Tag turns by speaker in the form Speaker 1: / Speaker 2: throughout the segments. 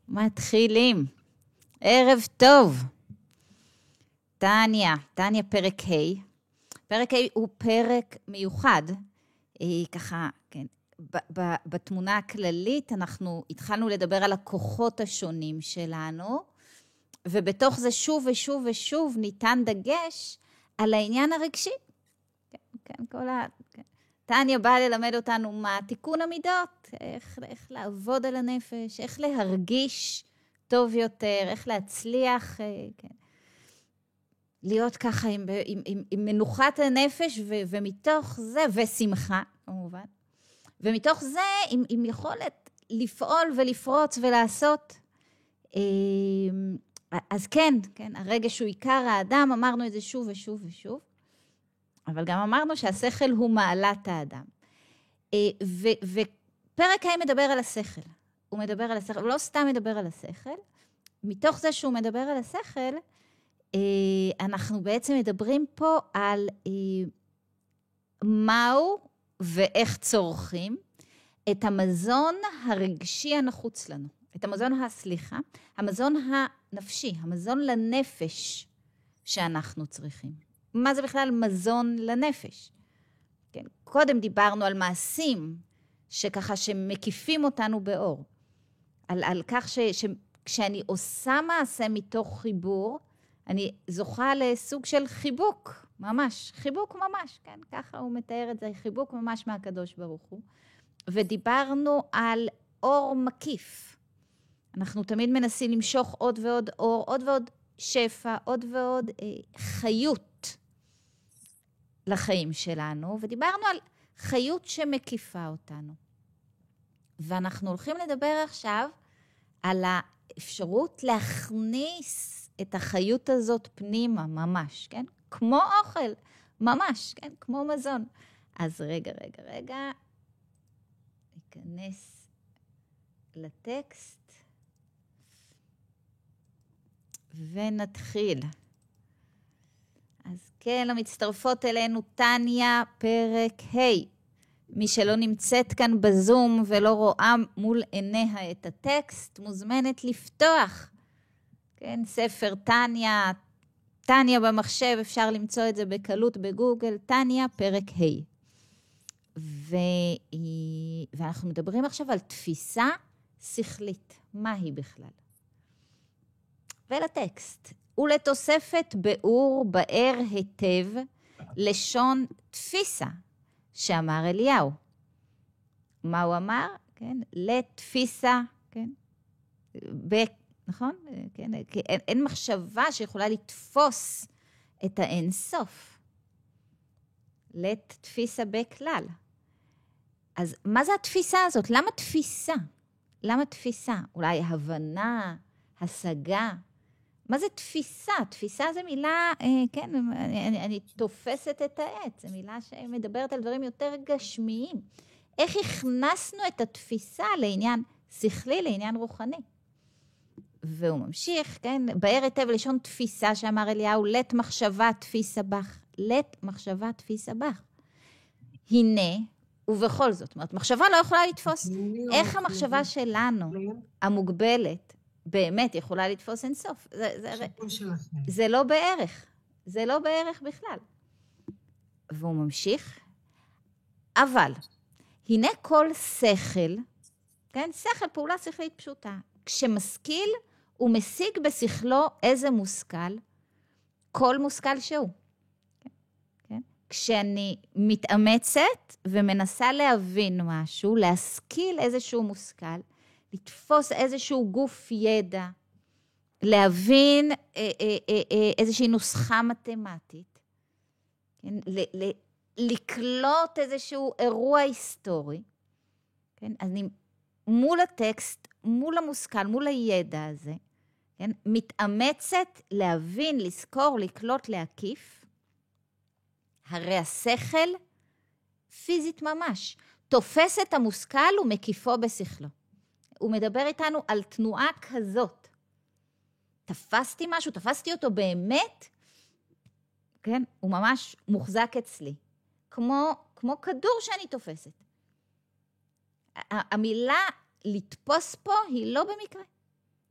Speaker 1: מתחילים. ערב טוב. תניה פרק ה'. פרק ה' הוא פרק מיוחד. ככה, כן. בתמונה הכללית אנחנו התחלנו לדבר על הכוחות השונים שלנו, ובתוך זה שוב ושוב ושוב ניתן דגש על העניין הרגשי. כן, כן. תניה באה ללמד אותנו מה תיקון המידות, איך לעבוד על הנפש, איך להרגיש טוב יותר, איך להצליח, כן. להיות ככה עם מנוחת הנפש, ומתוך זה, ושמחה כמובן, ומתוך זה עם יכולת לפעול ולפרוץ ולעשות. אז כן, הרגש הוא עיקר האדם, אמרנו את זה שוב ושוב ושוב, אבל גם אמרנו שהשכל הוא מעלת האדם. ופרק ה' מדבר על השכל. הוא מדבר על השכל, הוא לא סתם מדבר על השכל. מתוך זה שהוא מדבר על השכל, אנחנו בעצם מדברים פה על מהו ואיך צורכים את המזון הרגשי הנחוץ לנו. את המזון הנפשי, המזון לנפש שאנחנו צריכים. מה זה בכלל מזון לנפש? כן, קודם דיברנו על מעשים שככה שמקיפים אותנו באור. על כך שכשאני עושה מעשה מתוך חיבור, אני זוכה לסוג של חיבוק, ממש, חיבוק ממש, כן, ככה הוא מתאר את זה, חיבוק ממש מהקדוש ברוך הוא. ודיברנו על אור מקיף. אנחנו תמיד מנסים למשוך עוד ועוד אור, עוד ועוד שפע, עוד ועוד חיות לחיים שלנו, ודיברנו על חיות שמקיפה אותנו. ואנחנו הולכים לדבר עכשיו על האפשרות להכניס את החיות הזאת פנימה, ממש, כן? כמו אוכל, ממש, כן? כמו מזון. אז רגע. ניכנס לטקסט ונתחיל. אז כן, למצטרפות אלינו תניה פרק ה'. מי שלא נמצאת כאן בזום ולא רואה מול עיניה את הטקסט, מוזמנת לפתוח. כן, ספר תניה במחשב, אפשר למצוא את זה בקלות בגוגל, תניה פרק ה'. ואנחנו מדברים עכשיו על תפיסה שכלית. מה היא בכלל? ולטקסט. ולתוספת באור באר היטב לשון תפיסה שאמר אליהו. מה הוא אמר? כן, לתפיסה, כן? נכון? כן, אין מחשבה שיכולה לתפוס את האין סוף. לתפיסה בכלל. אז מה זה התפיסה הזאת? למה תפיסה? למה תפיסה? אולי הבנה, השגה. מה זה תפיסה? תפיסה זה מילה, כן, אני תופסת את העץ. זו מילה שמדברת על דברים יותר גשמיים. איך הכנסנו את התפיסה לעניין שכלי, לעניין רוחני? והוא ממשיך, כן, באר היטב לשון תפיסה שאמר אליהו, לת מחשבה תפיסה בך. לת מחשבה תפיסה בך. הנה, ובכל זאת, אומרת, מחשבה לא יכולה לתפוס. איך המחשבה שלנו, המוגבלת, באמת יכולה לתפוס אינסוף? זה לא בערך. זה לא בערך בכלל. והוא ממשיך. אבל, הנה כל שכל, כן, שכל, פעולה שכלית פשוטה. כשמשכיל, הוא משיג בשכלו איזה מושכל, כל מושכל שהוא. כן? כשאני מתאמצת ומנסה להבין משהו, להשכיל איזשהו מושכל, לתפוס איזשהו גוף ידע, להבין איזושהי נוסחה מתמטית, כן? לקלוט איזשהו אירוע היסטורי, כן? אז אני מול הטקסט, מול המושכל, מול הידע הזה, כן? מתאמצת להבין, לזכור, לקלוט, להקיף, הרי השכל פיזית ממש, תופס את המושכל ומקיפו בשכלו. הוא מדבר איתנו על תנועה כזאת. תפסתי משהו, תפסתי אותו באמת, כן? הוא ממש מוחזק אצלי. כמו כדור שאני תופסת. המילה לתפוס פה היא לא במקרה.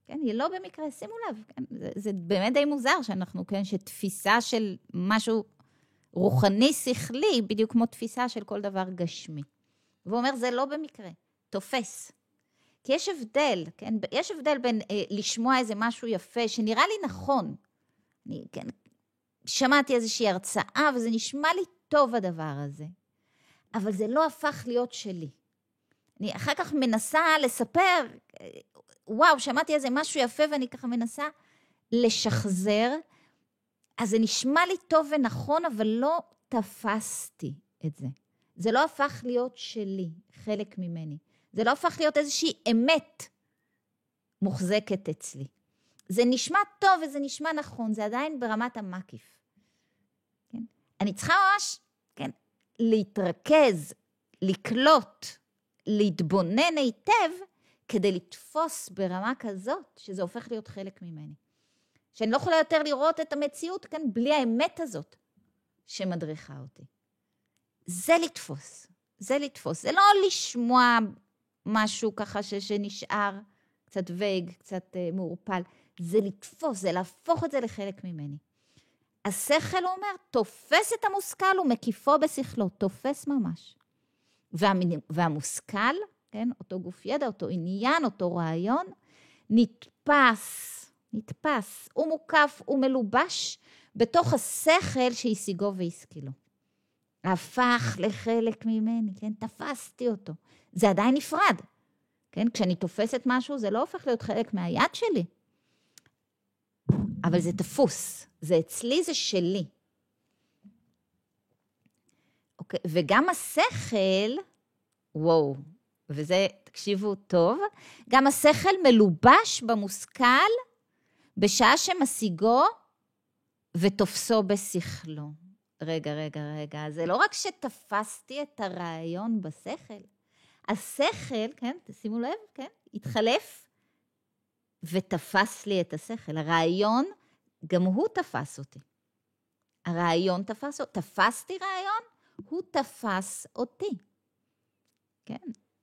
Speaker 1: כן, היא לא במקרה, שימו לב, כן? זה באמת די מוזר שאנחנו, כן, שתפיסה של משהו רוחני שכלי, בדיוק כמו תפיסה של כל דבר גשמי. והוא אומר, זה לא במקרה, תופס. כי יש הבדל, כן? יש הבדל בין לשמוע איזה משהו יפה, שנראה לי נכון. אני, כן, שמעתי איזושהי הרצאה, וזה נשמע לי טוב הדבר הזה. אבל זה לא הפך להיות שלי. אני אחר כך מנסה לספר, וואו, שמעתי איזה משהו יפה, ואני ככה מנסה לשחזר, אז זה נשמע לי טוב ונכון, אבל לא תפסתי את זה. זה לא הפך להיות שלי, חלק ממני. זה לא הפך להיות איזושהי אמת מוחזקת אצלי. זה נשמע טוב וזה נשמע נכון, זה עדיין ברמת המקיף. כן? אני צריכה ממש, כן, להתרכז, לקלוט, להתבונן היטב, כדי לתפוס ברמה כזאת, שזה הופך להיות חלק ממני. שאני לא יכולה יותר לראות את המציאות כאן, בלי האמת הזאת, שמדריכה אותי. זה לתפוס, זה לתפוס. זה לא לשמוע משהו ככה שנשאר קצת וייג, קצת מעורפל. זה לתפוס, זה להפוך את זה לחלק ממני. השכל אומר, תופס את המושכל ומקיפו בשכלו, תופס ממש. והמושכל, כן, אותו גוף ידע, אותו עניין, אותו רעיון, נתפס, הוא מוקף, הוא מלובש בתוך השכל שהשיגו והשכילו. הפך לחלק ממני, כן, תפסתי אותו. זה עדיין נפרד, כן, כשאני תופסת משהו, זה לא הופך להיות חלק מהיד שלי. אבל זה תפוס, זה אצלי, זה שלי. אוקיי, וגם השכל, וואו, וזה, תקשיבו טוב, גם השכל מלובש במושכל, בשעה שמשיגו ותופסו בשכלו. רגע, זה לא רק שתפסתי את הרעיון בשכל, השכל, כן, תשימו לב, כן, התחלף ותפס לי את השכל. הרעיון, גם הוא תפס אותי. הרעיון תפס אותי, תפסתי רעיון, הוא תפס אותי. כן.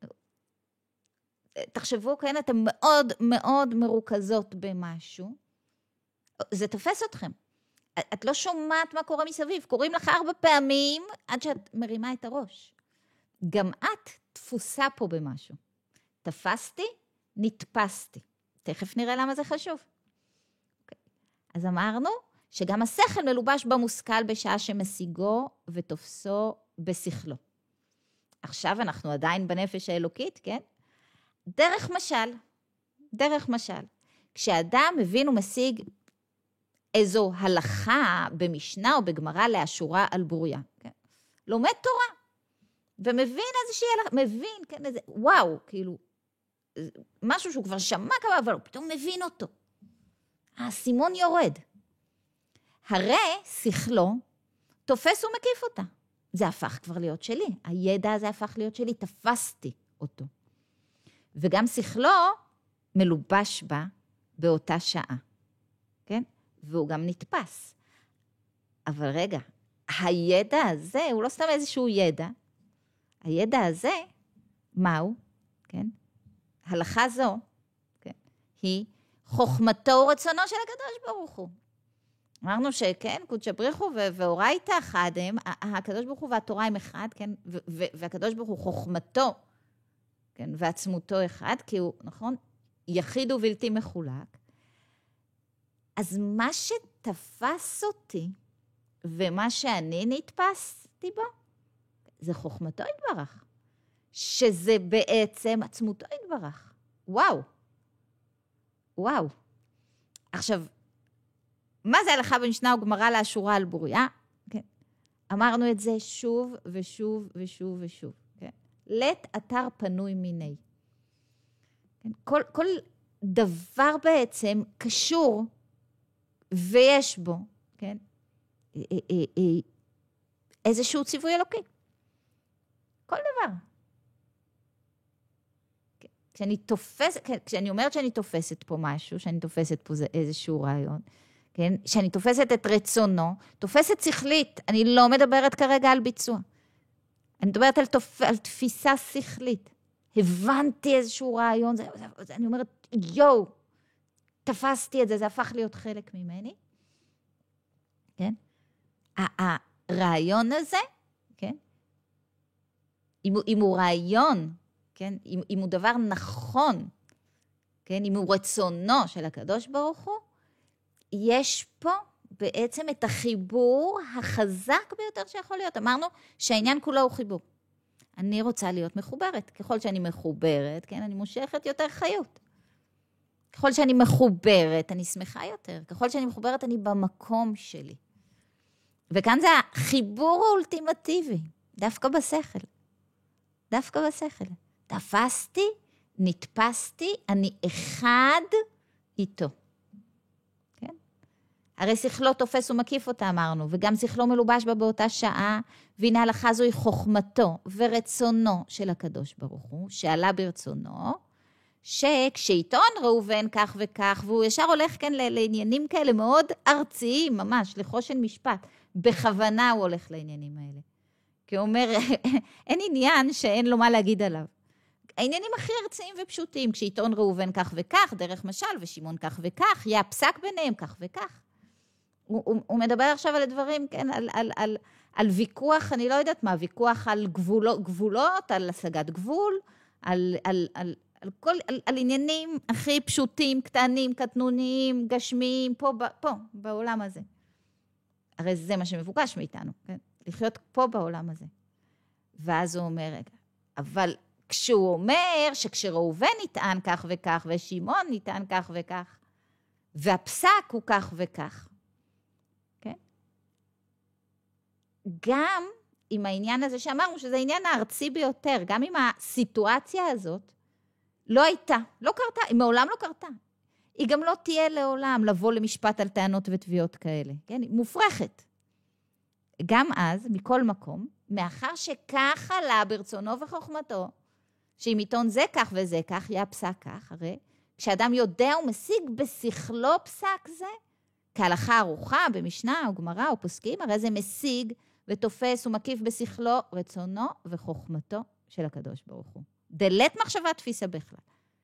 Speaker 1: תחשבו, כן, אתם מאוד מאוד מרוכזות במשהו, זה תופס אתכם. את לא שומעת מה קורה מסביב, קוראים לך 4 פעמים עד שאת מרימה את הראש. גם את תפוסה פה במשהו. תפסתי, נתפסתי. תכף נראה למה זה חשוב. Okay. אז אמרנו שגם השכל מלובש במושכל בשעה שמשיגו ותופסו בשכלו. עכשיו אנחנו עדיין בנפש האלוקית, כן? דרך משל. כשאדם מבין ומשיג איזו הלכה במשנה או בגמרא לאשורה על בוריה, כן? לומד תורה, ומבין איזושהי הלכה, מבין, כן, איזה, וואו, כאילו, משהו שהוא כבר שמע כמה, אבל הוא פתאום מבין אותו. הסימון יורד. הרי שכלו תופס ומקיף אותה. זה הפך כבר להיות שלי. הידע הזה הפך להיות שלי, תפסתי אותו. וגם שכלו מלובש בה באותה שעה. כן? והוא גם נתפס. אבל רגע, הידע הזה, הוא לא סתם איזשהו ידע. הידע הזה, מהו? כן? הלכה זו, כן? היא חוכמתו ורצונו של הקדוש ברוך הוא. אמרנו שכן, קודשא בריחו ואורייתא אחד הם, הקדוש ברוך הוא והתורה הם אחד, כן? והקדוש ברוך הוא חוכמתו, כן? ועצמותו אחד, כי הוא, נכון? יחיד ובלתי מחולק. אז מה שתפס אותי, ומה שאני נתפסתי בו, זה חוכמתו יתברך. שזה בעצם עצמותו יתברך. וואו. עכשיו, מה זה הלכה במשנה או גמרא לאשורה על בוריה? כן. אמרנו את זה שוב ושוב. כן. לית אתר פנוי מיני. כן. כל דבר בעצם קשור ויש בו, כן? איזשהו ציווי אלוקי. כל דבר. כשאני אומרת שאני תופסת פה משהו, שאני תופסת פה איזשהו רעיון, כן? שאני תופסת את רצונו, תופסת שכלית, אני לא מדברת כרגע על ביצוע. אני מדברת על תפיסה שכלית. הבנתי איזשהו רעיון, אני אומרת, תפסתי את זה, זה הפך להיות חלק ממני. כן? הרעיון הזה, כן? אם הוא רעיון, כן? אם הוא דבר נכון, כן? אם הוא רצונו של הקדוש ברוך הוא, יש פה בעצם את החיבור החזק ביותר שיכול להיות. אמרנו שהעניין כולו הוא חיבור. אני רוצה להיות מחוברת. ככל שאני מחוברת, כן? אני מושכת יותר חיות. ככל שאני מחוברת, אני שמחה יותר. ככל שאני מחוברת, אני במקום שלי. וכאן זה החיבור האולטימטיבי, דווקא בשכל. דווקא בשכל. תפסתי, נתפסתי, אני אחד איתו. כן? הרי שכלו תופס ומקיף אותה, אמרנו, וגם שכלו מלובש בה באותה שעה, והנה הלכה זוהי חוכמתו ורצונו של הקדוש ברוך הוא, שעלה ברצונו, שכשעיתון ראובן כך וכך, והוא ישר הולך כאן לעניינים כאלה מאוד ארציים, ממש, לחושן משפט. בכוונה הוא הולך לעניינים האלה. כי הוא אומר, אין עניין שאין לו מה להגיד עליו. העניינים הכי ארציים ופשוטים, כשעיתון ראובן כך וכך, דרך משל, ושמעון כך וכך, יהיה הפסק ביניהם כך וכך. הוא מדבר עכשיו על הדברים, כן, על ויכוח, אני לא יודעת מה, ויכוח על גבולות, על השגת גבול, על עניינים הכי פשוטים, קטנים, קטנוניים, גשמיים, פה בעולם הזה. הרי זה מה שמבוקש מאיתנו, כן? לחיות פה בעולם הזה. ואז הוא אומר, רגע, אבל כשהוא אומר שכשראובן נטען כך וכך, ושמעון נטען כך וכך, והפסק הוא כך וכך, כן? גם עם העניין הזה שאמרנו, שזה העניין הארצי ביותר, גם עם הסיטואציה הזאת, לא הייתה, לא קרתה, היא מעולם לא קרתה. היא גם לא תהיה לעולם לבוא למשפט על טענות ותביעות כאלה, כן? היא מופרכת. גם אז, מכל מקום, מאחר שכך עלה ברצונו וחוכמתו, שאם עיתון זה כך וזה כך, יהיה פסק כך, הרי כשאדם יודע ומשיג בשכלו פסק זה, כהלכה ערוכה במשנה או גמרא או פוסקים, הרי זה משיג ותופס ומקיף בשכלו רצונו וחוכמתו של הקדוש ברוך הוא. דלת מחשבה תפיסה בכלל.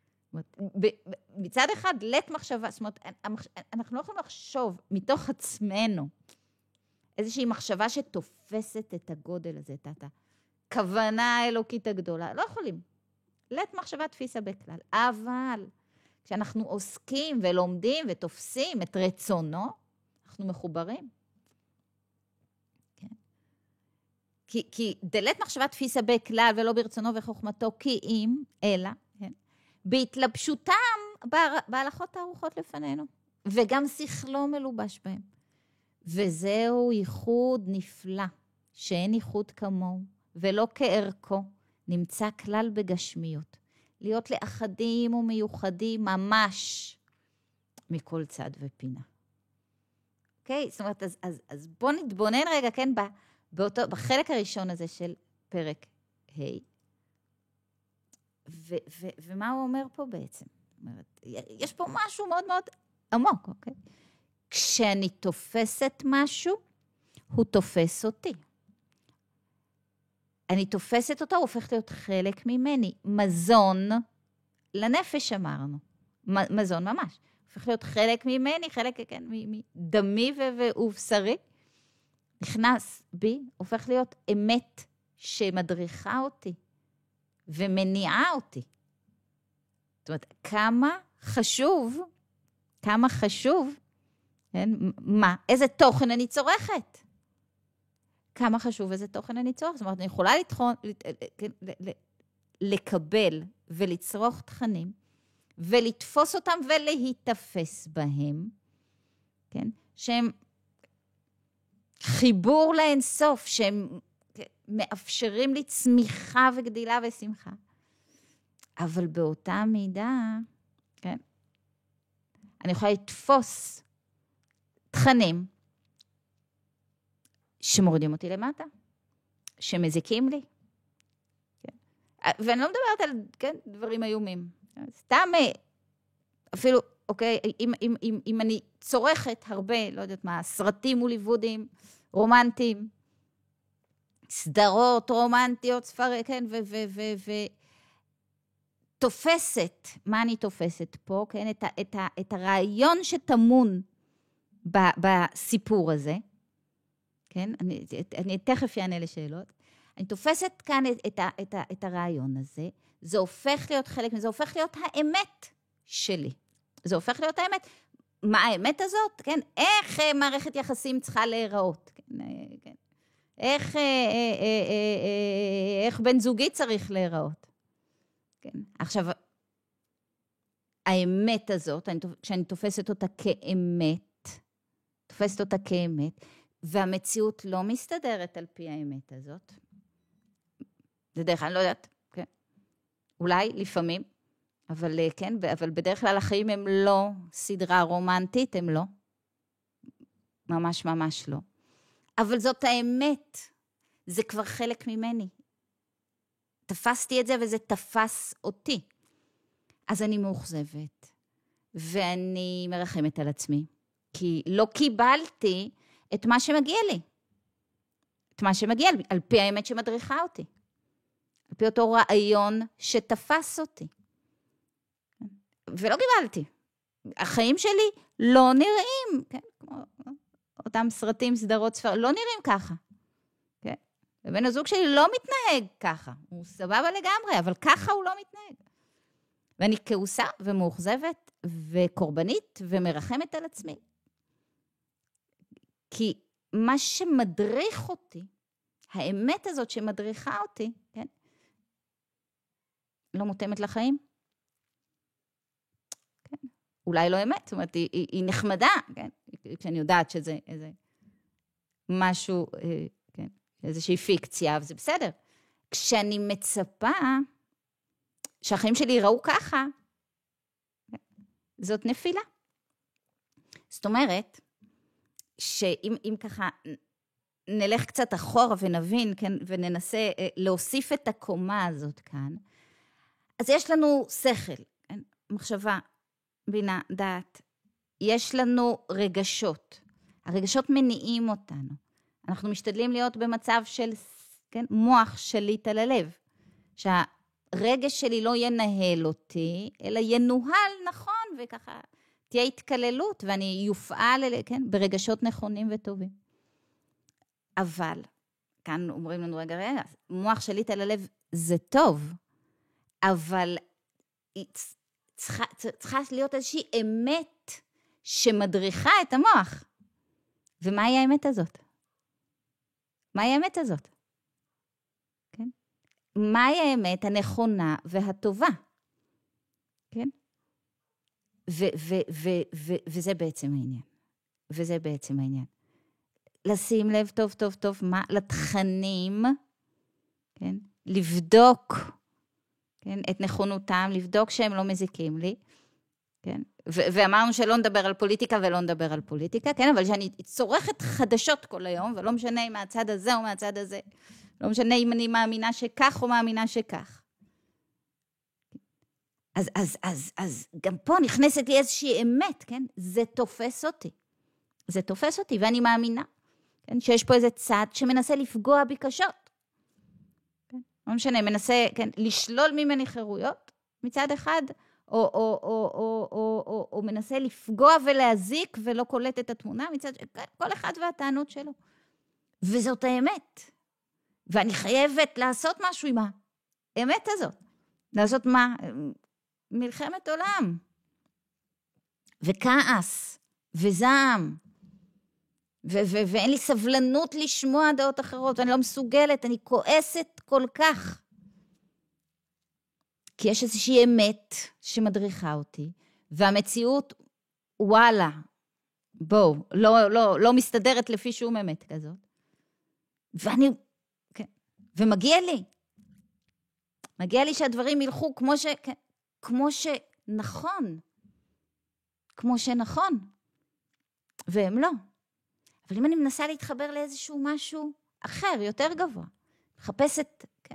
Speaker 1: מצד אחד, לת מחשבה, זאת אומרת, אנחנו לא יכולים לחשוב מתוך עצמנו, איזושהי מחשבה שתופסת את הגודל הזה, את הכוונה האלוקית הגדולה. לא יכולים. לת מחשבה תפיסה בכלל. אבל כשאנחנו עוסקים ולומדים ותופסים את רצונו, אנחנו מחוברים. כן? כי דלת מחשבה תפיסה בכלל ולא ברצונו וחוכמתו, כי אם, אלא, כן? בהתלבשותם בהלכות הערוכות לפנינו. וגם שכלו מלובש בהם. וזהו ייחוד נפלא, שאין ייחוד כמוהו, ולא כערכו, נמצא כלל בגשמיות. להיות לאחדים ומיוחדים ממש מכל צד ופינה. אוקיי? זאת אומרת, אז בואו נתבונן רגע, כן, בחלק הראשון הזה של פרק ה' ומה הוא אומר פה בעצם? זאת אומרת, יש פה משהו מאוד מאוד עמוק, אוקיי? כשאני תופסת משהו, הוא תופס אותי. אני תופסת אותו, הוא הופך להיות חלק ממני. מזון לנפש אמרנו. מזון ממש. הופך להיות חלק ממני, חלק, כן, מדמי ובשרי. נכנס בי, הופך להיות אמת שמדריכה אותי ומניעה אותי. זאת אומרת, כמה חשוב, כן? מה? איזה תוכן אני צורכת? כמה חשוב איזה תוכן אני צורך? זאת אומרת, אני יכולה לקבל ולצרוך תכנים, ולתפוס אותם ולהיתפס בהם, כן? שהם חיבור לאינסוף, שהם מאפשרים לי צמיחה וגדילה ושמחה. אבל באותה מידה, כן? אני יכולה לתפוס תכנים שמורידים אותי למטה, שמזיקים לי. כן? ואני לא מדברת על, כן, דברים איומים. סתם, אפילו, אוקיי, אם אני צורכת הרבה, לא יודעת מה, סרטים הוליוודיים, רומנטיים, סדרות רומנטיות, ספרים, כן, תופסת, מה אני תופסת פה, כן? את הרעיון שטמון בסיפור הזה, כן? אני תכף יענה לשאלות. אני תופסת כאן את הרעיון הזה, זה הופך להיות חלק מזה, זה הופך להיות האמת שלי. זה הופך להיות האמת. מה האמת הזאת? כן? איך מערכת יחסים צריכה להיראות? כן? כן. איך בן זוגי צריך להיראות? כן. עכשיו, האמת הזאת, כשאני תופסת אותה כאמת, והמציאות לא מסתדרת על פי האמת הזאת, זה דרך, אני לא יודעת, כן? אולי, לפעמים, אבל כן, אבל בדרך כלל החיים הם לא סדרה רומנטית, הם לא. ממש ממש לא. אבל זאת האמת, זה כבר חלק ממני. תפסתי את זה וזה תפס אותי. אז אני מאוכזבת, ואני מרחמת על עצמי, כי לא קיבלתי את מה שמגיע לי. את מה שמגיע לי, על פי האמת שמדריכה אותי. על פי אותו רעיון שתפס אותי. ולא קיבלתי. החיים שלי לא נראים, כן? כמו אותם סרטים, סדרות, ספר, לא נראים ככה. כן? ובן הזוג שלי לא מתנהג ככה. הוא סבבה לגמרי, אבל ככה הוא לא מתנהג. ואני כעוסה ומאוכזבת וקורבנית ומרחמת על עצמי. כי מה שמדריך אותי, האמת הזאת שמדריכה אותי, כן? לא מותאמת לחיים. כן? אולי לא אמת, זאת אומרת, היא נחמדה, כן? כשאני יודעת שזה איזה משהו, כן? איזושהי פיקציה, וזה בסדר. כשאני מצפה שהחיים שלי יראו ככה, זאת נפילה. זאת אומרת, שאם ככה נלך קצת אחורה ונבין, כן, וננסה להוסיף את הקומה הזאת כאן, אז יש לנו שכל, כן, מחשבה, בינה, דעת, יש לנו רגשות, הרגשות מניעים אותנו, אנחנו משתדלים להיות במצב של, כן, מוח שליט על הלב, שהרגש שלי לא ינהל אותי, אלא ינוהל נכון, וככה תהיה התקללות, ואני יופעל, כן, ברגשות נכונים וטובים. אבל, כאן אומרים לנו רגע, מוח שליט על הלב זה טוב, אבל צריכה להיות איזושהי אמת שמדריכה את המוח. ומהי האמת הזאת? מהי האמת הזאת? כן? מהי האמת הנכונה והטובה? כן? וזה בעצם העניין. וזה בעצם העניין. לשים לב טוב, טוב, טוב, מה? לתכנים, כן? לבדוק, כן? את נכונותם, לבדוק שהם לא מזיקים לי, כן? ואמרנו שלא נדבר על פוליטיקה ולא נדבר על פוליטיקה, כן? אבל שאני צורכת חדשות כל היום, ולא משנה אם מהצד הזה או מהצד הזה, לא משנה אם אני מאמינה שכך או מאמינה שכך. אז גם פה נכנסת לי איזושהי אמת, כן? זה תופס אותי. זה תופס אותי, ואני מאמינה, כן? שיש פה איזה צד שמנסה לפגוע בי קשות. כן? לא משנה, מנסה, כן, לשלול ממני חירויות מצד אחד, או מנסה לפגוע ולהזיק ולא קולט את התמונה מצד, כל אחד והטענות שלו. וזאת האמת. ואני חייבת לעשות משהו עם האמת הזאת. לעשות מה? מלחמת עולם. וכעס. וזעם. ואין לי סבלנות לשמוע דעות אחרות. ואני לא מסוגלת. אני כועסת כל כך. כי יש איזושהי אמת שמדריכה אותי. והמציאות, וואלה, בואו, לא מסתדרת לפי שום אמת כזאת. ואני, כן, ומגיע לי. מגיע לי שהדברים ילכו כמו שנכון. כמו שנכון. והם לא. אבל אם אני מנסה להתחבר לאיזשהו משהו אחר, יותר גבוה, מחפשת, כן,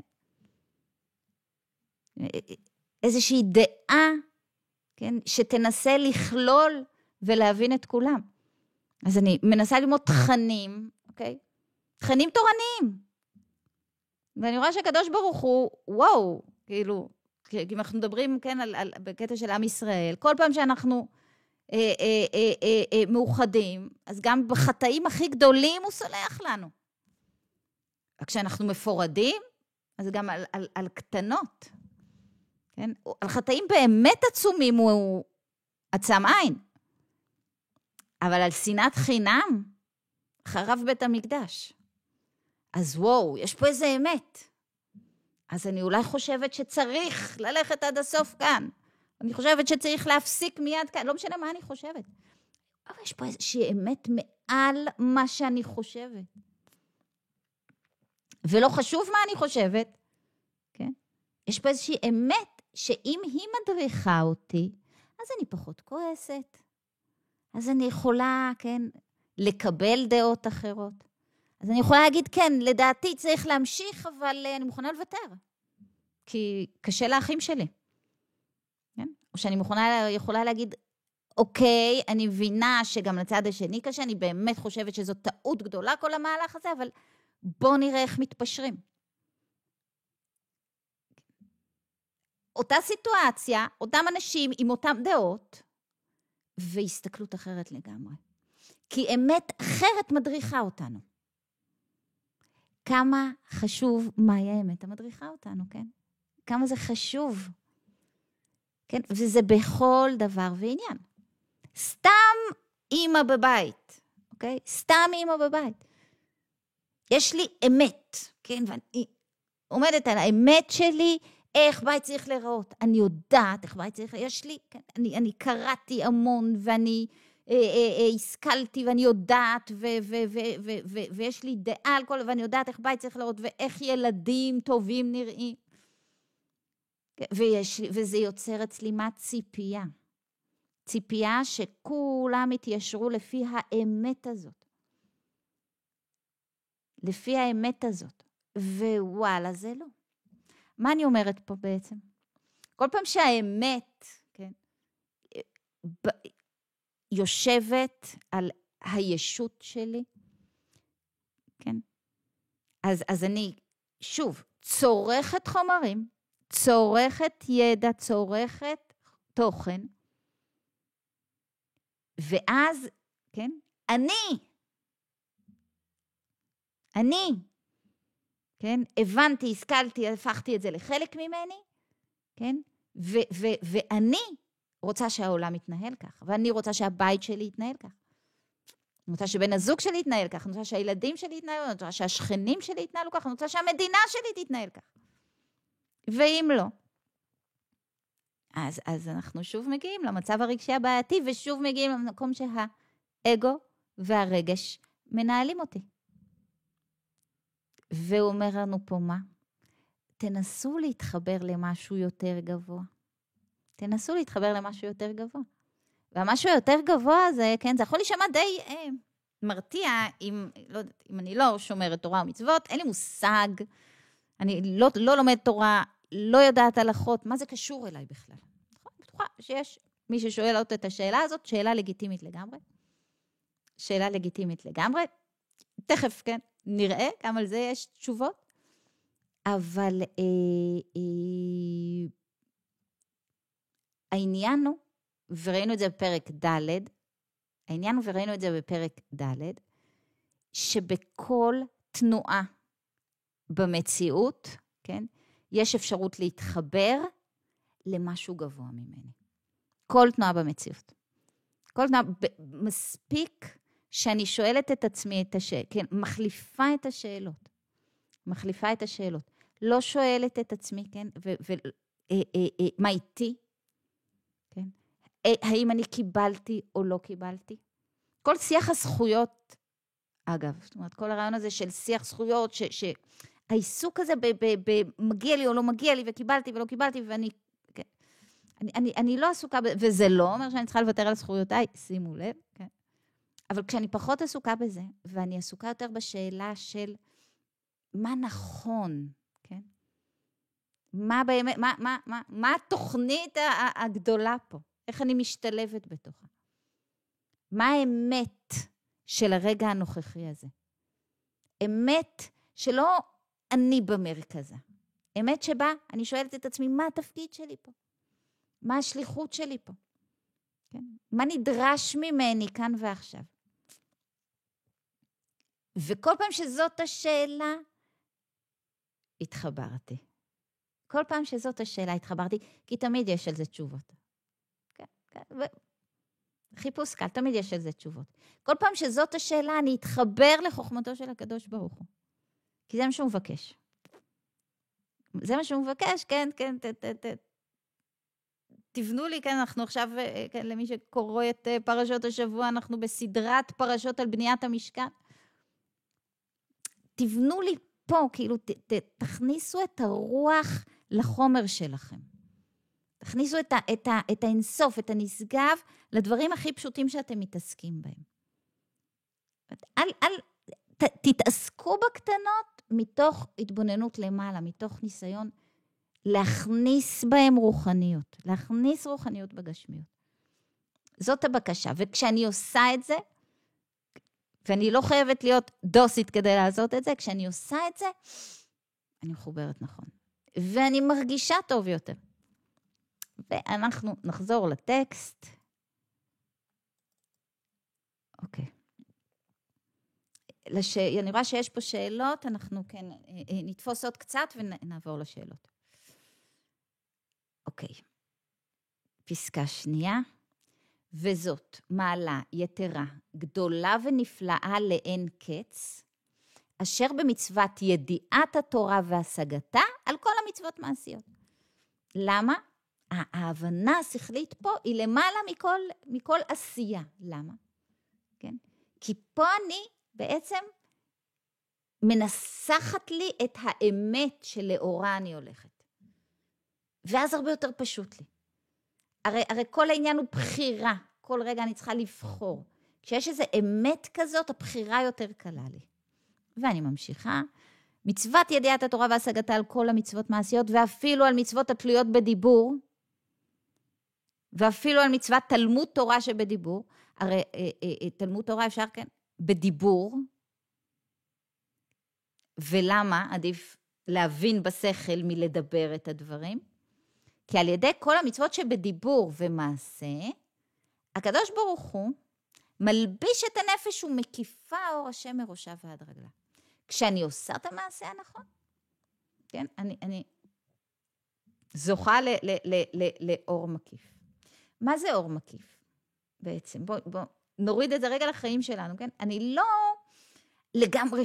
Speaker 1: איזושהי דעה, כן, שתנסה לכלול ולהבין את כולם. אז אני מנסה ללמוד תכנים, אוקיי? תכנים תורניים. ואני רואה שהקדוש ברוך הוא, וואו, כאילו, כי אם אנחנו מדברים, כן, בקטע של עם ישראל, כל פעם שאנחנו מאוחדים, אז גם בחטאים הכי גדולים הוא סולח לנו. כשאנחנו מפורדים, אז גם על קטנות, כן? על חטאים באמת עצומים הוא עצם עין. אבל על שנאת חינם, חרב בית המקדש. אז וואו, יש פה איזה אמת. אז אני אולי חושבת שצריך ללכת עד הסוף כאן. אני חושבת שצריך להפסיק מיד כאן. לא משנה מה אני חושבת. אבל יש פה איזושהי אמת מעל מה שאני חושבת. ולא חשוב מה אני חושבת. כן? יש פה איזושהי אמת שאם היא מדריכה אותי, אז אני פחות כועסת. אז אני יכולה, כן, לקבל דעות אחרות. אז אני יכולה להגיד, כן, לדעתי צריך להמשיך, אבל אני מוכנה לוותר. כי קשה לאחים שלי. כן? או שאני יכולה להגיד, אוקיי, אני מבינה שגם לצד השני קשה, אני באמת חושבת שזו טעות גדולה כל המהלך הזה, אבל בוא נראה איך מתפשרים. אותה סיטואציה, אותם אנשים עם אותם דעות, והסתכלות אחרת לגמרי. כי אמת אחרת מדריכה אותנו. כמה חשוב מהי האמת המדריכה אותנו, כן? כמה זה חשוב. כן? וזה בכל דבר ועניין. סתם אמא בבית, אוקיי? סתם אמא בבית. יש לי אמת, כן? ואני עומדת על האמת שלי, איך בית צריך להיראות. אני יודעת איך בית צריך להיראות. יש לי, כן? אני קראתי המון, ואני השכלתי, ואני יודעת, ויש לי דעה על כל, ואני יודעת איך בית צריך להיראות, ואיך ילדים טובים נראים. וזה יוצר אצלי מה ציפייה. ציפייה שכולם יתיישרו לפי האמת הזאת. לפי האמת הזאת. ווואלה, זה לא. מה אני אומרת פה בעצם? כל פעם שהאמת, כן, יושבת על הישות שלי, כן, אז אני, שוב, צורכת חומרים, צורכת ידע, צורכת תוכן, ואז, כן, אני, כן, הבנתי, השכלתי, הפכתי את זה לחלק ממני, כן, ואני רוצה שהעולם יתנהל כך, ואני רוצה שהבית שלי יתנהל כך. אני רוצה שבן הזוג שלי יתנהל כך, אני רוצה שהילדים שלי יתנהלו, אני רוצה שהשכנים שלי יתנהלו כך, אני רוצה שהמדינה שלי תתנהל כך. ואם לא, אז אנחנו שוב מגיעים למצב הרגשי הבעייתי, ושוב מגיעים למקום שהאגו והרגש מנהלים אותי. והוא אומר לנו פה מה? תנסו להתחבר למשהו יותר גבוה. תנסו להתחבר למשהו יותר גבוה. והמשהו יותר גבוה הזה, כן, זה יכול להישמע די מרתיע, אם אני לא שומרת תורה ומצוות, אין לי מושג, אני לא לומד תורה, לא יודעת הלכות, מה זה קשור אליי בכלל? נכון, בטוחה שיש מי ששואל את השאלה הזאת, שאלה לגיטימית לגמרי. שאלה לגיטימית לגמרי. תכף, כן, נראה, גם על זה יש תשובות. אבל העניין הוא, וראינו את זה בפרק ד', העניין הוא וראינו את זה בפרק ד', שבכל תנועה במציאות, כן, יש אפשרות להתחבר למשהו גבוה ממני. כל תנועה במציאות. כל תנועה, מספיק שאני שואלת את עצמי את השאלות, כן, מחליפה את השאלות. מחליפה את השאלות. לא שואלת את עצמי, כן, מה איתי? כן? האם אני קיבלתי או לא קיבלתי? כל שיח הזכויות, אגב, זאת אומרת, כל הרעיון הזה של שיח זכויות, שהעיסוק הזה מגיע לי או לא מגיע לי, וקיבלתי ולא קיבלתי, ואני, כן, אני לא עסוקה, וזה לא אומר שאני צריכה לוותר על זכויותיי, שימו לב, כן? אבל כשאני פחות עסוקה בזה, ואני עסוקה יותר בשאלה של מה נכון, כן? מה באמת, מה התוכנית הגדולה פה? איך אני משתלבת בתוכה? מה האמת של הרגע הנוכחי הזה? אמת שלא אני במרכזה. אמת שבה אני שואלת את עצמי, מה התפקיד שלי פה? מה השליחות שלי פה? כן? מה נדרש ממני כאן ועכשיו? וכל פעם שזאת השאלה, התחברתי. כל פעם שזאת השאלה, התחברתי, כי תמיד יש על זה תשובות. כן, כן, חיפוש קל, תמיד יש על זה תשובות. כל פעם שזאת השאלה, אני אתחבר לחוכמתו של הקדוש ברוך הוא. כי זה מה שהוא מבקש. זה מה שהוא מבקש, כן, כן, תבנו לי, כן, אנחנו עכשיו, כן, למי שקורא את פרשות השבוע, אנחנו בסדרת פרשות על בניית המשכן. תבנו לי פה, כאילו, תכניסו את הרוח לחומר שלכם. תכניסו את האינסוף, את הנשגב, לדברים הכי פשוטים שאתם מתעסקים בהם. תתעסקו בקטנות מתוך התבוננות למעלה, מתוך ניסיון להכניס בהם רוחניות, להכניס רוחניות בגשמיות. זאת הבקשה, וכשאני עושה את זה, ואני לא חייבת להיות דוסית כדי לעשות את זה, כשאני עושה את זה, אני מחוברת נכון. ואני מרגישה טוב יותר. ואנחנו נחזור לטקסט. אוקיי. אני רואה שיש פה שאלות, אנחנו כן נתפוס עוד קצת ונעבור לשאלות. אוקיי. פסקה שנייה. וזאת מעלה יתרה, גדולה ונפלאה לאין קץ, אשר במצוות ידיעת התורה והשגתה על כל המצוות מעשיות. למה? ההבנה השכלית פה היא למעלה מכל עשייה. למה? כן? כי פה אני בעצם מנסחת לי את האמת שלאורה אני הולכת. ואז הרבה יותר פשוט לי. הרי כל העניין הוא בחירה. כל רגע אני צריכה לבחור. כשיש איזו אמת כזאת, הבחירה יותר קלה לי. ואני ממשיכה. מצוות ידיעת התורה והשגתה על כל המצוות מעשיות, ואפילו על מצוות התלויות בדיבור, ואפילו על מצוות תלמוד תורה שבדיבור. הרי תלמוד תורה אפשר, כן, בדיבור. ולמה עדיף להבין בשכל מלדבר את הדברים? כי על ידי כל המצוות שבדיבור ומעשה, הקדוש ברוך הוא מלביש את הנפש ומקיפה אור השם מראשה ועד רגלה. כשאני עושה את המעשה הנכון, כן, אני זוכה לאור מקיף. מה זה אור מקיף? בעצם, בוא נוריד את זה רגע לחיים שלנו, כן? אני לא לגמרי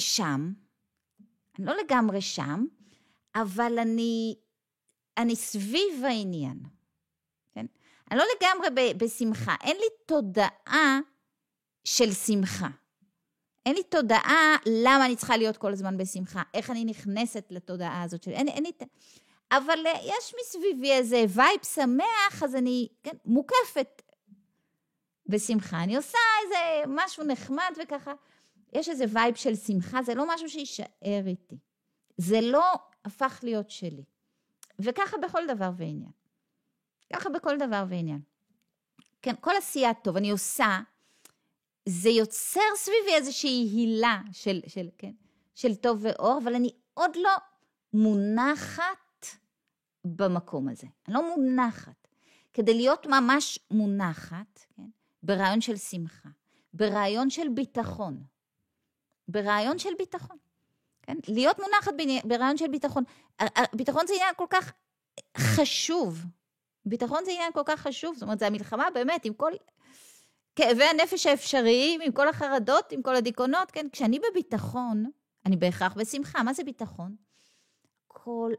Speaker 1: שם, אבל אני סביב העניין, כן? אני לא לגמרי בשמחה, אין לי תודעה של שמחה. אין לי תודעה למה אני צריכה להיות כל הזמן בשמחה, איך אני נכנסת לתודעה הזאת שלי, אבל יש מסביבי איזה וייב שמח, אז אני מוקפת בשמחה. אני עושה איזה משהו נחמד וככה, יש איזה וייב של שמחה, זה לא משהו שישאר איתי. זה לא הפך להיות שלי. וככה בכל דבר ועניין. כן, כל עשייה טוב, אני עושה, זה יוצר סביבי איזושהי הילה של טוב ואור, אבל אני עוד לא מונחת במקום הזה. אני לא מונחת. כדי להיות ממש מונחת, כן, ברעיון של שמחה, ברעיון של ביטחון. כן? להיות מונחת ברעיון של ביטחון. ביטחון זה עניין כל כך חשוב. זאת אומרת, זה המלחמה באמת עם כל כאבי הנפש האפשריים, עם כל החרדות, עם כל הדיכאונות, כן? כשאני בביטחון, אני בהכרח בשמחה. מה זה ביטחון? כל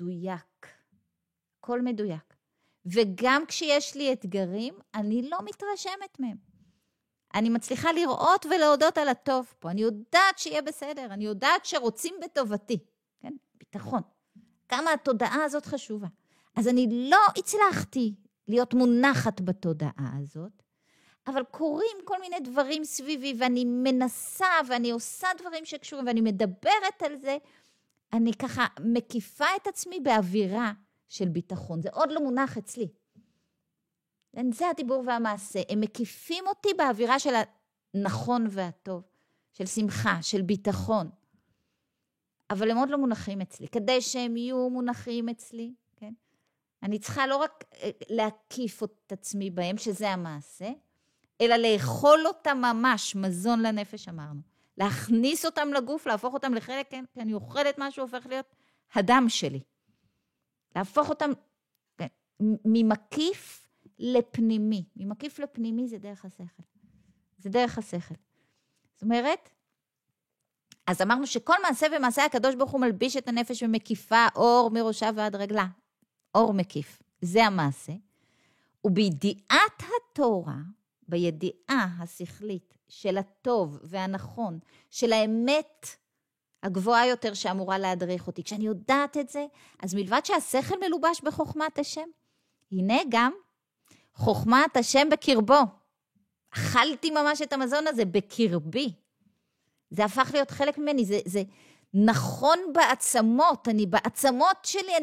Speaker 1: מדויק. וגם כשיש לי אתגרים, אני לא מתרשמת מהם. אני מצליחה לראות ולהודות על הטוב פה. אני יודעת שיהיה בסדר. אני יודעת שרוצים בטובתי. כן? ביטחון. כמה התודעה הזאת חשובה. אז אני לא הצלחתי להיות מונחת בתודעה הזאת, אבל קורים כל מיני דברים סביבי, ואני מנסה, ואני עושה דברים שקשורים, ואני מדברת על זה, אני ככה מקיפה את עצמי באווירה של ביטחון. זה עוד לא מונח אצלי. זה הדיבור והמעשה. הם מקיפים אותי באווירה של הנכון והטוב, של שמחה, של ביטחון. אבל הם עוד לא מונחים אצלי. כדי שהם יהיו מונחים אצלי, כן? אני צריכה לא רק להקיף את עצמי בהם, שזה המעשה, אלא לאכול אותם ממש, מזון לנפש אמרנו. להכניס אותם לגוף, להפוך אותם לחלק, כן? כי אני אוכלת משהו, הופך להיות הדם שלי. להפוך אותם, כן? ממקיף לפנימי. ממקיף לפנימי זה דרך השכל. זה דרך השכל. זאת אומרת, אז אמרנו שכל מעשה ומעשה הקדוש ברוך הוא מלביש את הנפש ומקיפה אור מראשה ועד רגלה. אור מקיף. זה המעשה. ובידיעת התורה, בידיעה השכלית של הטוב והנכון, של האמת הגבוהה יותר שאמורה להדריך אותי, כשאני יודעת את זה, אז מלבד שהשכל מלובש בחוכמת השם, הנה גם חוכמת השם בקרבו. אכלתי ממש את המזון הזה בקרבי. זה הפך להיות חלק ממני, זה נכון בעצמות, בעצמות שלי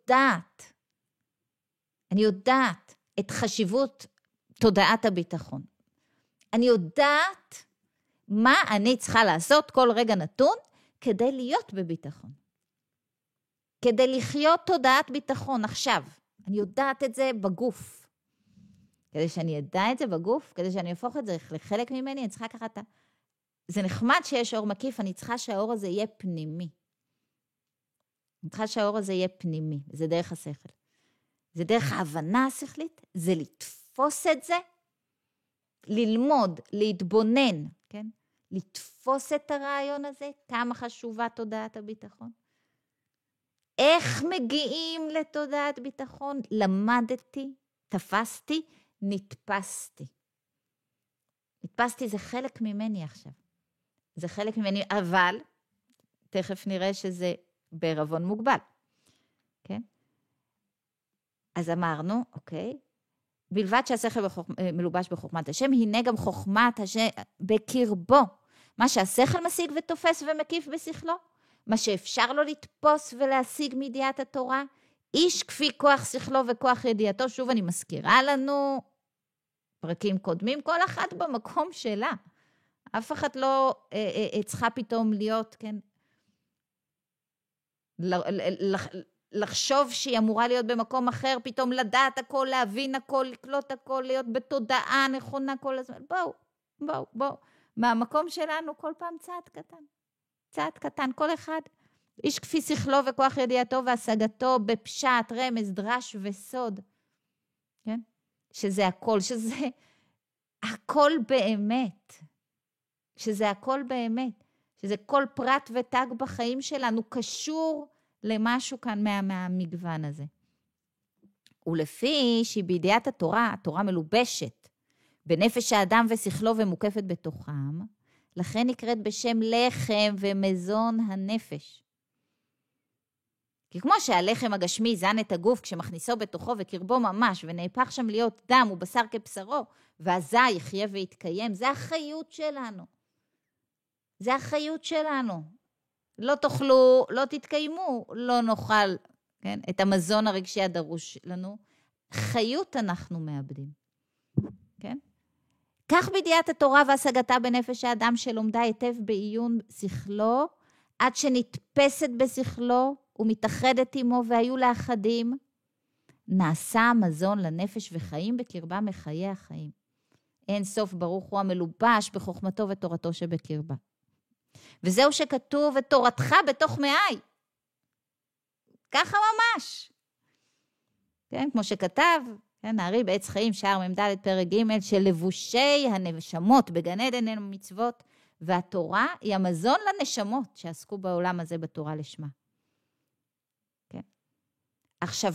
Speaker 1: אני יודעת את חשיבות תודעת הביטחון. אני יודעת מה אני צריכה לעשות כל רגע נתון כדי להיות בביטחון. כדי לחיות תודעת ביטחון עכשיו. אני יודעת את זה בגוף. כדי שאני אדע את זה בגוף, כדי שאני אהפוך את זה לחלק ממני, אני צריכה ככה זה נחמד שיש אור מקיף, אני צריכה שהאור הזה יהיה פנימי. אני צריכה שהאור הזה יהיה פנימי, זה דרך השכל. זה דרך ההבנה השכלית, זה לתפוס את זה, ללמוד, להתבונן, כן? לתפוס את הרעיון הזה, כמה חשובה תודעת הביטחון. איך מגיעים לתודעת ביטחון? למדתי, תפסתי, נתפסתי. נתפסתי זה חלק ממני עכשיו. זה חלק ממני, אבל תכף נראה שזה בערבון מוגבל. כן? אז אמרנו, אוקיי, בלבד שהשכל מלובש בחוכמת השם, הנה גם חוכמת השם בקרבו. מה שהשכל משיג ותופס ומקיף בשכלו, מה שאפשר לו לתפוס ולהשיג מידיעת התורה, איש כפי כוח שכלו וכוח ידיעתו. שוב אני מזכירה לנו פרקים קודמים, כל אחת במקום שלה. אף אחד לא צריכה פתאום להיות, כן, לחשוב שהיא אמורה להיות במקום אחר, פתאום לדעת הכל, להבין הכל, לקלוט הכל, להיות בתודעה נכונה כל הזמן. בואו. מהמקום שלנו כל פעם צעד קטן, כל אחד. איש כפי שכלו וכוח ידיעתו והשגתו בפשט, רמז, דרש וסוד. כן? שזה הכל, שזה הכל באמת. שזה הכל באמת. שזה כל פרט ותג בחיים שלנו קשור למשהו כאן מהמגוון הזה. ולפי שבידיעת התורה, התורה מלובשת בנפש האדם ושכלו ומוקפת בתוכם, לכן נקראת בשם לחם ומזון הנפש. כי כמו שהלחם הגשמי זן את הגוף כשמכניסו בתוכו וקרבו ממש, ונהפך שם להיות דם ובשר כבשרו, והזה יחיה ויתקיים, זה החיות שלנו. זה החיות שלנו. לא תאכלו, לא תתקיימו, לא נאכל, כן? את המזון הרגשי הדרוש לנו. חיות אנחנו מאבדים. כן? כך בידיעת התורה והשגתה בנפש האדם שלומדה היטב בעיון שכלו, עד שנתפסת בשכלו ומתאחדת עמו והיו לאחדים, נעשה המזון לנפש וחיים בקרבה מחיי החיים. אין סוף ברוך הוא המלובש בחוכמתו ותורתו שבקרבה. וזהו שכתוב ותורתך בתוך מעי. ככה ממש. כן, כמו שכתב, כן, הארי בעץ חיים שער מ"ד פרק ג' שלבושי הנשמות בגן עדן הם מצוות, והתורה היא המזון לנשמות שעסקו בעולם הזה בתורה לשמה. כן. עכשיו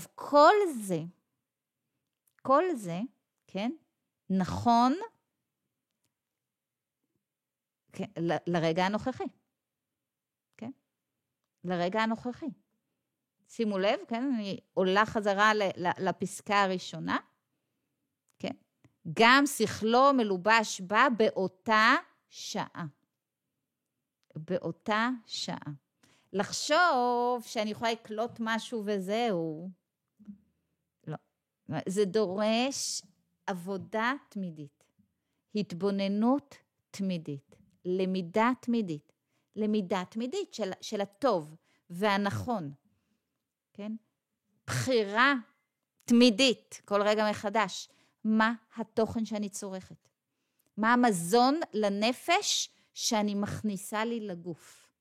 Speaker 1: כל זה, כן, נכון כן, לרגע הנוכחי. כן? לרגע הנוכחי. שימו לב, כן? אני עולה חזרה לפסקה הראשונה. כן? גם שכלו מלובש בה באותה שעה. באותה שעה. לחשוב שאני יכולה לקלוט משהו וזהו. לא. זה דורש עבודה תמידית. התבוננות תמידית. למידה תמידית של הטוב והנכון, כן? בחירה תמידית, כל רגע מחדש. מה התוכן שאני צורכת? מה המזון לנפש שאני מכניסה לי לגוף?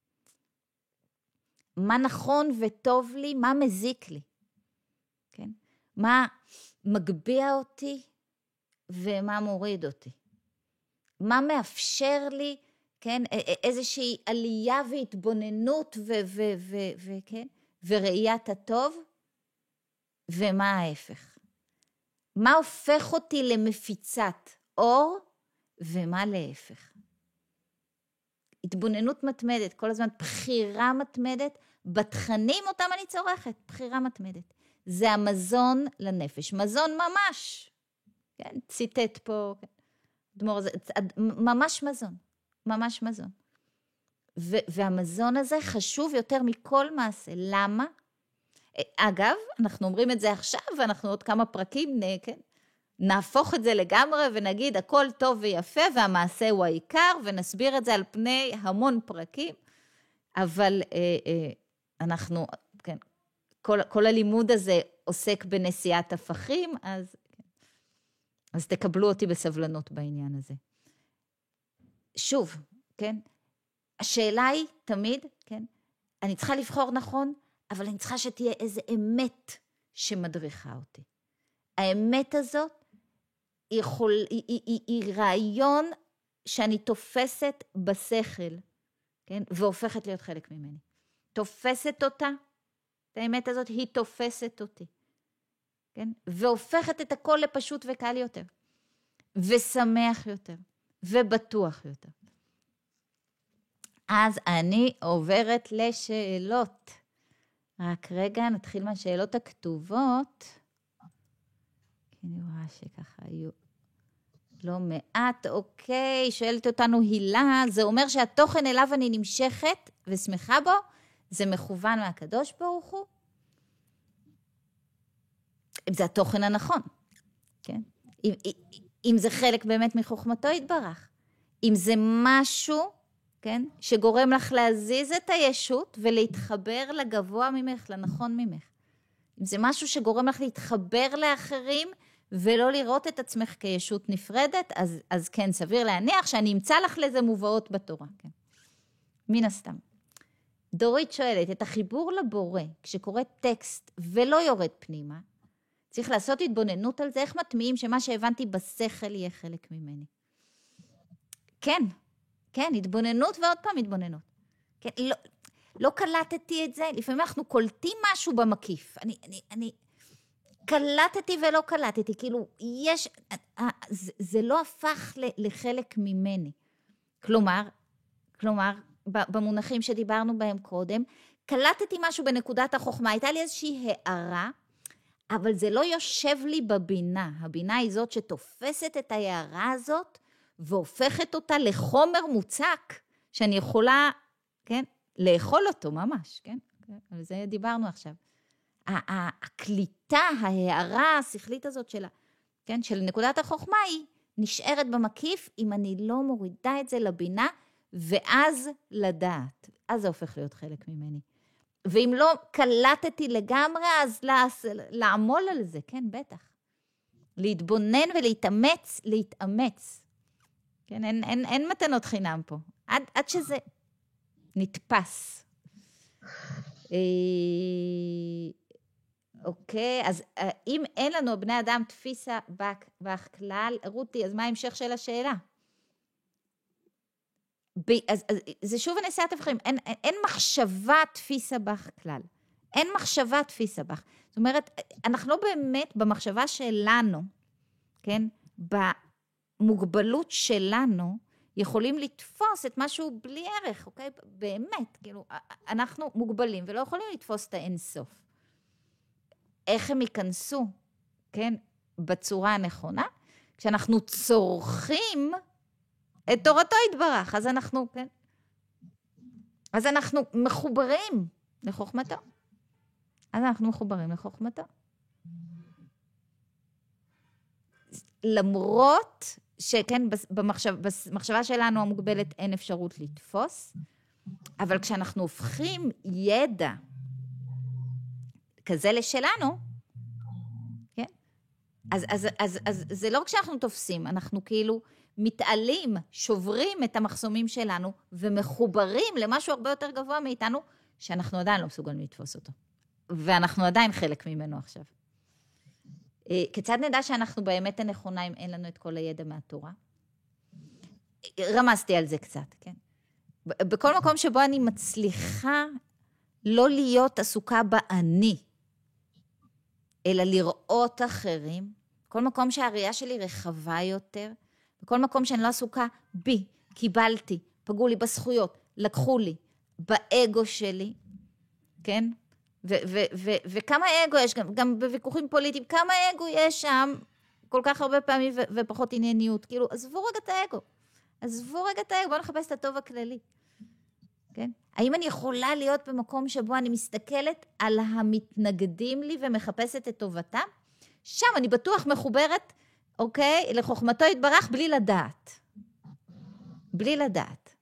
Speaker 1: מה נכון וטוב לי? מה מזיק לי? כן? מה מגביה אותי ומה מוריד אותי? מה מאפשר לי, כן? איזושהי עלייה והתבוננות וכן? וראיית הטוב? ומה ההפך? מה הופך אותי למפיצת אור ומה להפך? התבוננות מתמדת, כל הזמן בחירה מתמדת, בתכנים אותם אני צורכת, בחירה מתמדת. זה המזון לנפש, מזון ממש, כן? ציטט פה, כן? דמור, זה, ממש מזון, ממש מזון. והמזון הזה חשוב יותר מכל מעשה, למה? אגב, אנחנו אומרים את זה עכשיו, ואנחנו עוד כמה פרקים, כן? נהפוך את זה לגמרי ונגיד הכל טוב ויפה והמעשה הוא העיקר, ונסביר את זה על פני המון פרקים, אבל אנחנו, כן, כל הלימוד הזה עוסק בנשיאת הפכים, אז תקבלו אותי בסבלנות בעניין הזה. שוב, כן? השאלה היא תמיד, כן? אני צריכה לבחור נכון, אבל אני צריכה שתהיה איזה אמת שמדריכה אותי. האמת הזאת היא רעיון שאני תופסת בשכל, כן? והופכת להיות חלק ממני. תופסת אותה, את האמת הזאת היא תופסת אותי, כן? והופכת את הכל לפשוט וקל יותר, ושמח יותר, ובטוח יותר. אז אני עוברת לשאלות. רק רגע, נתחיל מהשאלות הכתובות. כי אני רואה שככה היו לא מעט. אוקיי, שואלת אותנו הילה, זה אומר שהתוכן אליו אני נמשכת ושמחה בו, זה מכוון מהקדוש ברוך הוא? אם זה התוכן הנכון, כן? אם זה חלק באמת מחוכמתו יתברך. אם זה משהו, כן? שגורם לך להזיז את הישות ולהתחבר לגבוה ממך, לנכון ממך. אם זה משהו שגורם לך להתחבר לאחרים ולא לראות את עצמך כישות נפרדת, אז כן, סביר להניח שאני אמצא לך לזה מובאות בתורה. כן? מן הסתם. דורית שואלת, את החיבור לבורא, כשקורא טקסט ולא יורד פנימה, צריך לעשות התבוננות על זה, איך מטמיעים שמה שהבנתי בשכל יהיה חלק ממני. כן, כן, התבוננות ועוד פעם התבוננות. כן, לא קלטתי את זה, לפעמים אנחנו קולטים משהו במקיף. אני קלטתי ולא קלטתי, כאילו יש, זה לא הפך לחלק ממני. כלומר, במונחים שדיברנו בהם קודם, קלטתי משהו בנקודת החוכמה, הייתה לי איזושהי הערה, אבל זה לא יושב לי בבינה. הבינה היא זאת שתופסת את ההערה הזאת, והופכת אותה לחומר מוצק, שאני יכולה, כן, לאכול אותו ממש, כן? על זה דיברנו עכשיו. הקליטה, ההערה השכלית הזאת שלה, כן, של נקודת החוכמה היא נשארת במקיף, אם אני לא מורידה את זה לבינה, ואז לדעת. אז זה הופך להיות חלק ממני. ואם לא קלטתי לגמרי, אז לעמול על זה, כן, בטח. להתבונן ולהתאמץ, להתאמץ. כן, אין מתנות חינם פה. עד שזה נתפס. אוקיי, אז אם אין לנו בני אדם תפיסה בך כלל, רותי, אז מה ההמשך של השאלה? אז זה שוב נשיאת הפכים, אין מחשבה תפיסה בך כלל. אין מחשבה תפיסה בך. זאת אומרת, אנחנו לא באמת במחשבה שלנו, כן, במוגבלות שלנו, יכולים לתפוס את משהו בלי ערך, אוקיי? באמת, כאילו, אנחנו מוגבלים ולא יכולים לתפוס את האינסוף. איך הם ייכנסו, כן, בצורה הנכונה? כשאנחנו צורכים את תורתו יתברך, אז אנחנו, כן? אז אנחנו מחוברים לחוכמתו. למרות שכן, במחשבה שלנו המוגבלת אין אפשרות לתפוס, אבל כשאנחנו הופכים ידע כזה לשלנו, כן? אז זה לא כשאנחנו תופסים, אנחנו כאילו מתעלים, שוברים את המחסומים שלנו, ומחוברים למשהו הרבה יותר גבוה מאיתנו, שאנחנו עדיין לא מסוגלים לתפוס אותו. ואנחנו עדיין חלק ממנו עכשיו. כיצד נדע שאנחנו באמת הנכונה אם אין לנו את כל הידע מהתורה? רמזתי על זה קצת, כן? בכל מקום שבו אני מצליחה לא להיות עסוקה באני, אלא לראות אחרים, כל מקום שהראייה שלי רחבה יותר, בכל מקום שאני לא עסוקה בי, קיבלתי, פגעו לי בזכויות, לקחו לי, באגו שלי, כן? וכמה אגו יש, גם בוויכוחים פוליטיים, כמה אגו יש שם, כל כך הרבה פעמים ופחות ענייניות, כאילו, עזבו רגע את האגו, בואו נחפש את הטוב הכללי, כן? האם אני יכולה להיות במקום שבו אני מסתכלת על המתנגדים לי ומחפשת את טובתם? שם אני בטוח מחוברת, אוקיי, לחוכמתו יתברך בלי לדעת. בלי לדעת.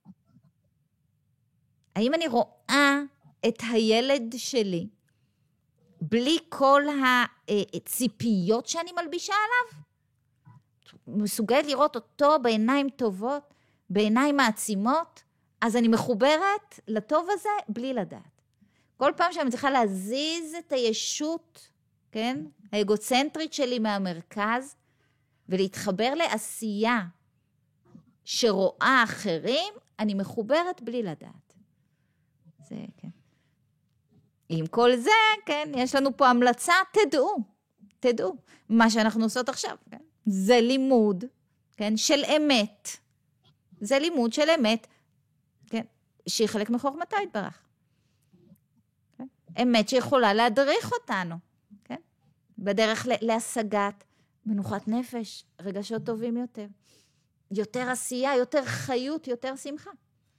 Speaker 1: האם אני רואה את הילד שלי בלי כל הציפיות שאני מלבישה עליו? מסוגלת לראות אותו בעיניים טובות, בעיניים מעצימות, אז אני מחוברת לטוב הזה בלי לדעת. כל פעם שאני צריכה להזיז את הישות, כן, האגוצנטרית שלי מהמרכז, ולהתחבר לעשייה שרואה אחרים, אני מחוברת בלי לדעת. זה, כן. עם כל זה, כן, יש לנו פה המלצה, תדעו. מה שאנחנו עושות עכשיו, כן? זה לימוד, כן, של אמת. זה לימוד של אמת, כן, שהיא חלק מחוכמתו יתברך. כן? אמת שיכולה להדריך אותנו, כן? בדרך להשגת מנוחת נפש, רגשות טובים יותר. יותר עשייה, יותר חיות, יותר שמחה.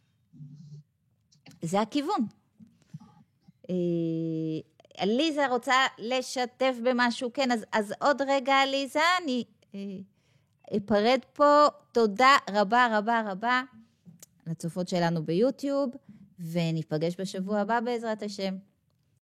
Speaker 1: זה הכיוון. אליזה רוצה לשתף במשהו, כן, אז עוד רגע אליזה, אני אפרד פה, תודה רבה לצופות שלנו ביוטיוב, וניפגש בשבוע הבא בעזרת השם.